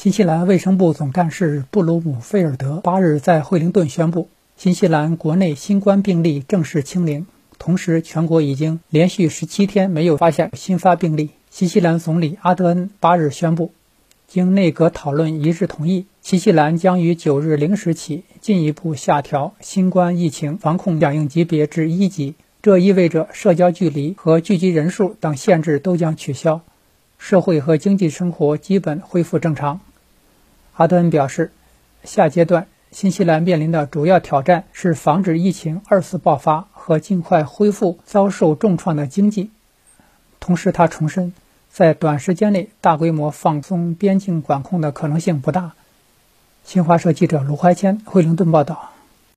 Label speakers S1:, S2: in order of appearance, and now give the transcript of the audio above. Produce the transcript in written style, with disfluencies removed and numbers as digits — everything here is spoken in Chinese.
S1: 新西兰卫生部总干事布鲁姆菲尔德8日在惠灵顿宣布，新西兰国内新冠病例正式清零，同时全国已经连续17天没有发现新发病例。新西兰总理阿德恩8日宣布，经内阁讨论一致同意，新西兰将于9日0时起进一步下调新冠疫情防控响应级别至1级，这意味着社交距离和聚集人数等限制都将取消，社会和经济生活基本恢复正常。阿德恩表示，下阶段新西兰面临的主要挑战是防止疫情2次爆发和尽快恢复遭受重创的经济。同时他重申，在短时间内大规模放松边境管控的可能性不大。新华社记者卢怀谦惠灵顿报道。